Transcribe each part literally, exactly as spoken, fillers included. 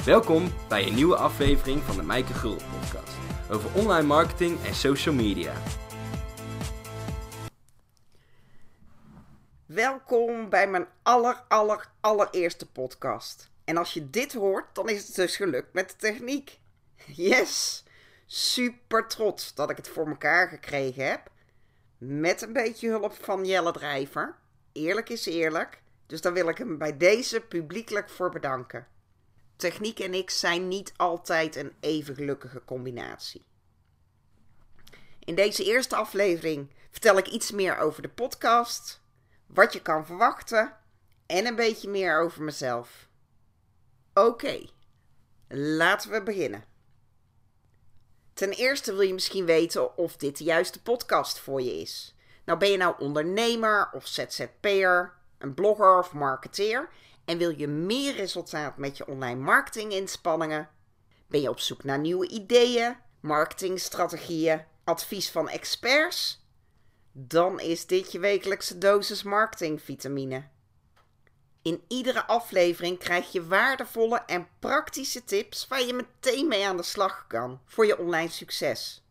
Welkom bij een nieuwe aflevering van de Mijke Gulden podcast over online marketing en social media. Welkom bij mijn aller, aller, allereerste podcast. En als je dit hoort, dan is het dus gelukt met de techniek. Yes! Super trots dat ik het voor elkaar gekregen heb. Met een beetje hulp van Jelle Drijver. Eerlijk is eerlijk. Dus daar wil ik hem bij deze publiekelijk voor bedanken. Techniek en ik zijn niet altijd een even gelukkige combinatie. In deze eerste aflevering vertel ik iets meer over de podcast, wat je kan verwachten en een beetje meer over mezelf. Oké, okay, laten we beginnen. Ten eerste wil je misschien weten of dit de juiste podcast voor je is. Nou, ben je nou ondernemer of Z Z P'er, een blogger of marketeer en wil je meer resultaat met je online marketinginspanningen? Ben je op zoek naar nieuwe ideeën, marketingstrategieën, advies van experts? Dan is dit je wekelijkse dosis marketingvitamine. In iedere aflevering krijg je waardevolle en praktische tips waar je meteen mee aan de slag kan voor je online succes.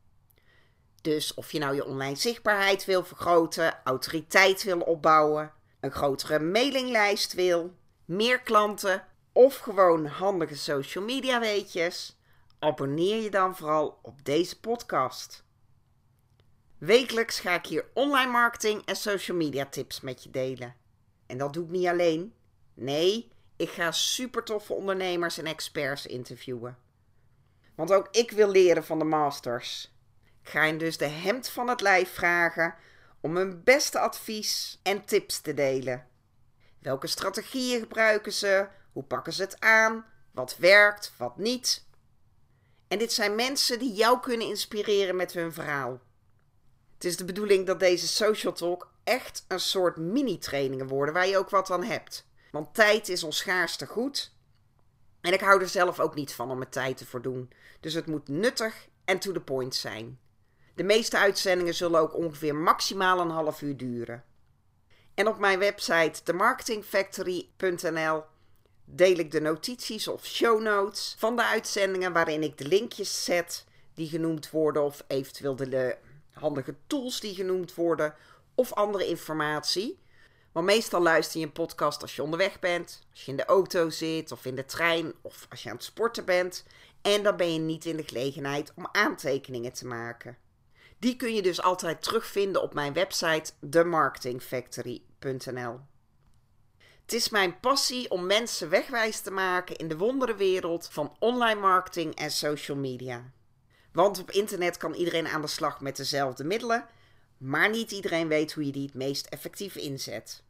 Dus of je nou je online zichtbaarheid wil vergroten, autoriteit wil opbouwen, een grotere mailinglijst wil, meer klanten of gewoon handige social media weetjes, abonneer je dan vooral op deze podcast. Wekelijks ga ik hier online marketing en social media tips met je delen. En dat doe ik niet alleen. Nee, ik ga super toffe ondernemers en experts interviewen. Want ook ik wil leren van de masters. Ik ga hen dus de hemd van het lijf vragen om hun beste advies en tips te delen. Welke strategieën gebruiken ze? Hoe pakken ze het aan? Wat werkt, wat niet? En dit zijn mensen die jou kunnen inspireren met hun verhaal. Het is de bedoeling dat deze Social Talk echt een soort mini-trainingen worden waar je ook wat aan hebt. Want tijd is ons schaarste goed. En ik hou er zelf ook niet van om er tijd te verdoen. Dus het moet nuttig en to the point zijn. De meeste uitzendingen zullen ook ongeveer maximaal een half uur duren. En op mijn website the marketing factory punt n l deel ik de notities of show notes van de uitzendingen waarin ik de linkjes zet die genoemd worden of eventueel de handige tools die genoemd worden of andere informatie. Want meestal luister je een podcast als je onderweg bent, als je in de auto zit of in de trein of als je aan het sporten bent. En dan ben je niet in de gelegenheid om aantekeningen te maken. Die kun je dus altijd terugvinden op mijn website the marketing factory punt n l. Het is mijn passie om mensen wegwijs te maken in de wonderenwereld van online marketing en social media. Want op internet kan iedereen aan de slag met dezelfde middelen, maar niet iedereen weet hoe je die het meest effectief inzet.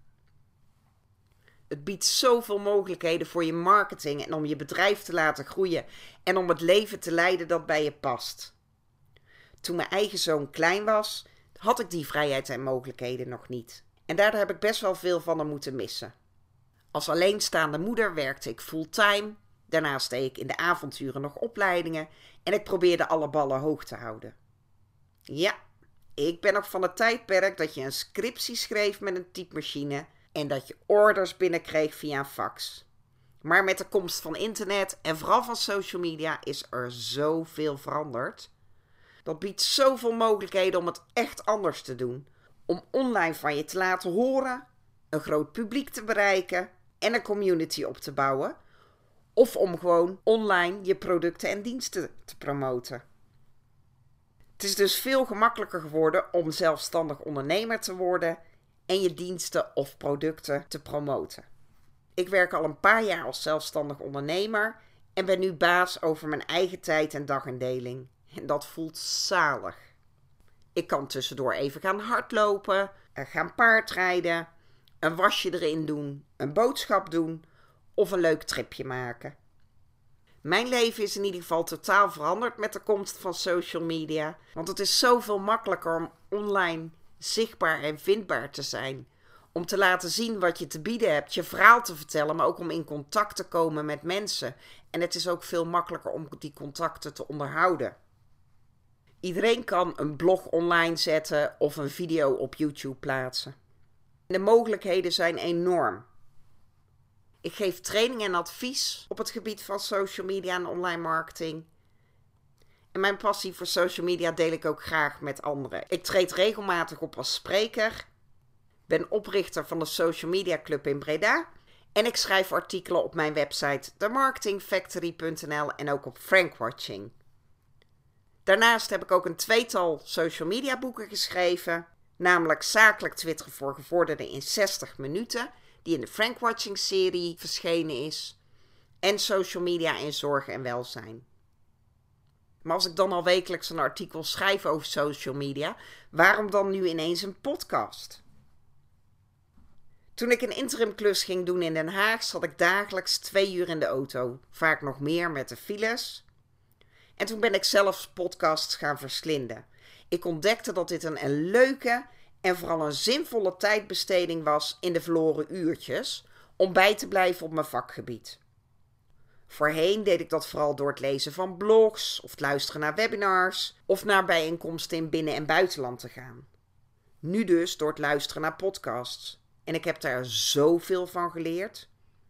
Het biedt zoveel mogelijkheden voor je marketing en om je bedrijf te laten groeien en om het leven te leiden dat bij je past. Toen mijn eigen zoon klein was, had ik die vrijheid en mogelijkheden nog niet. En daardoor heb ik best wel veel van hem moeten missen. Als alleenstaande moeder werkte ik fulltime. Daarnaast deed ik in de avonturen nog opleidingen. En ik probeerde alle ballen hoog te houden. Ja, ik ben nog van het tijdperk dat je een scriptie schreef met een typemachine. En dat je orders binnenkreeg via een fax. Maar met de komst van internet en vooral van social media is er zoveel veranderd. Dat biedt zoveel mogelijkheden om het echt anders te doen. Om online van je te laten horen, een groot publiek te bereiken en een community op te bouwen. Of om gewoon online je producten en diensten te promoten. Het is dus veel gemakkelijker geworden om zelfstandig ondernemer te worden en je diensten of producten te promoten. Ik werk al een paar jaar als zelfstandig ondernemer en ben nu baas over mijn eigen tijd en dagindeling. En dat voelt zalig. Ik kan tussendoor even gaan hardlopen, gaan paardrijden, een wasje erin doen, een boodschap doen of een leuk tripje maken. Mijn leven is in ieder geval totaal veranderd met de komst van social media. Want het is zoveel makkelijker om online zichtbaar en vindbaar te zijn. Om te laten zien wat je te bieden hebt, je verhaal te vertellen, maar ook om in contact te komen met mensen. En het is ook veel makkelijker om die contacten te onderhouden. Iedereen kan een blog online zetten of een video op YouTube plaatsen. De mogelijkheden zijn enorm. Ik geef training en advies op het gebied van social media en online marketing. En mijn passie voor social media deel ik ook graag met anderen. Ik treed regelmatig op als spreker, ben oprichter van de Social Media Club in Breda en ik schrijf artikelen op mijn website the marketing factory punt n l en ook op Frankwatching. Daarnaast heb ik ook een tweetal social media boeken geschreven, namelijk Zakelijk Twitteren voor Gevorderden in zestig minuten, die in de Frankwatching serie verschenen is, en Social Media in Zorg en Welzijn. Maar als ik dan al wekelijks een artikel schrijf over social media, waarom dan nu ineens een podcast? Toen ik een interimklus ging doen in Den Haag, zat ik dagelijks twee uur in de auto, vaak nog meer met de files. En toen ben ik zelfs podcasts gaan verslinden. Ik ontdekte dat dit een, een leuke en vooral een zinvolle tijdbesteding was in de verloren uurtjes, om bij te blijven op mijn vakgebied. Voorheen deed ik dat vooral door het lezen van blogs, of het luisteren naar webinars, of naar bijeenkomsten in binnen- en buitenland te gaan. Nu dus door het luisteren naar podcasts. En ik heb daar zoveel van geleerd.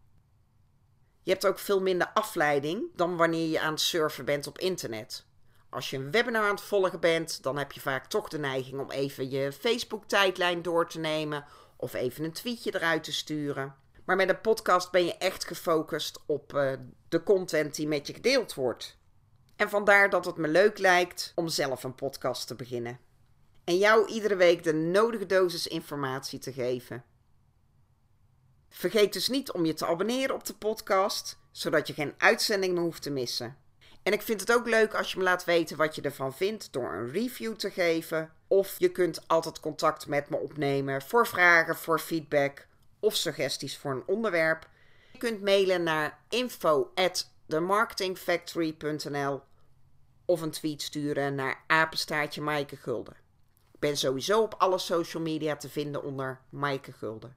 Je hebt ook veel minder afleiding dan wanneer je aan het surfen bent op internet. Als je een webinar aan het volgen bent, dan heb je vaak toch de neiging om even je Facebook-tijdlijn door te nemen of even een tweetje eruit te sturen. Maar met een podcast ben je echt gefocust op uh, de content die met je gedeeld wordt. En vandaar dat het me leuk lijkt om zelf een podcast te beginnen. En jou iedere week de nodige dosis informatie te geven. Vergeet dus niet om je te abonneren op de podcast, zodat je geen uitzending meer hoeft te missen. En ik vind het ook leuk als je me laat weten wat je ervan vindt door een review te geven. Of je kunt altijd contact met me opnemen voor vragen, voor feedback of suggesties voor een onderwerp. Je kunt mailen naar info at the marketing factory punt n l of een tweet sturen naar apenstaartje Maaike Gulden. Ik ben sowieso op alle social media te vinden onder Maaike Gulden.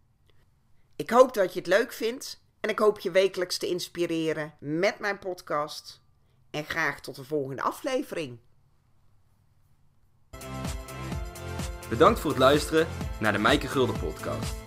Ik hoop dat je het leuk vindt en ik hoop je wekelijks te inspireren met mijn podcast. En graag tot de volgende aflevering. Bedankt voor het luisteren naar de Maaike Gulden podcast.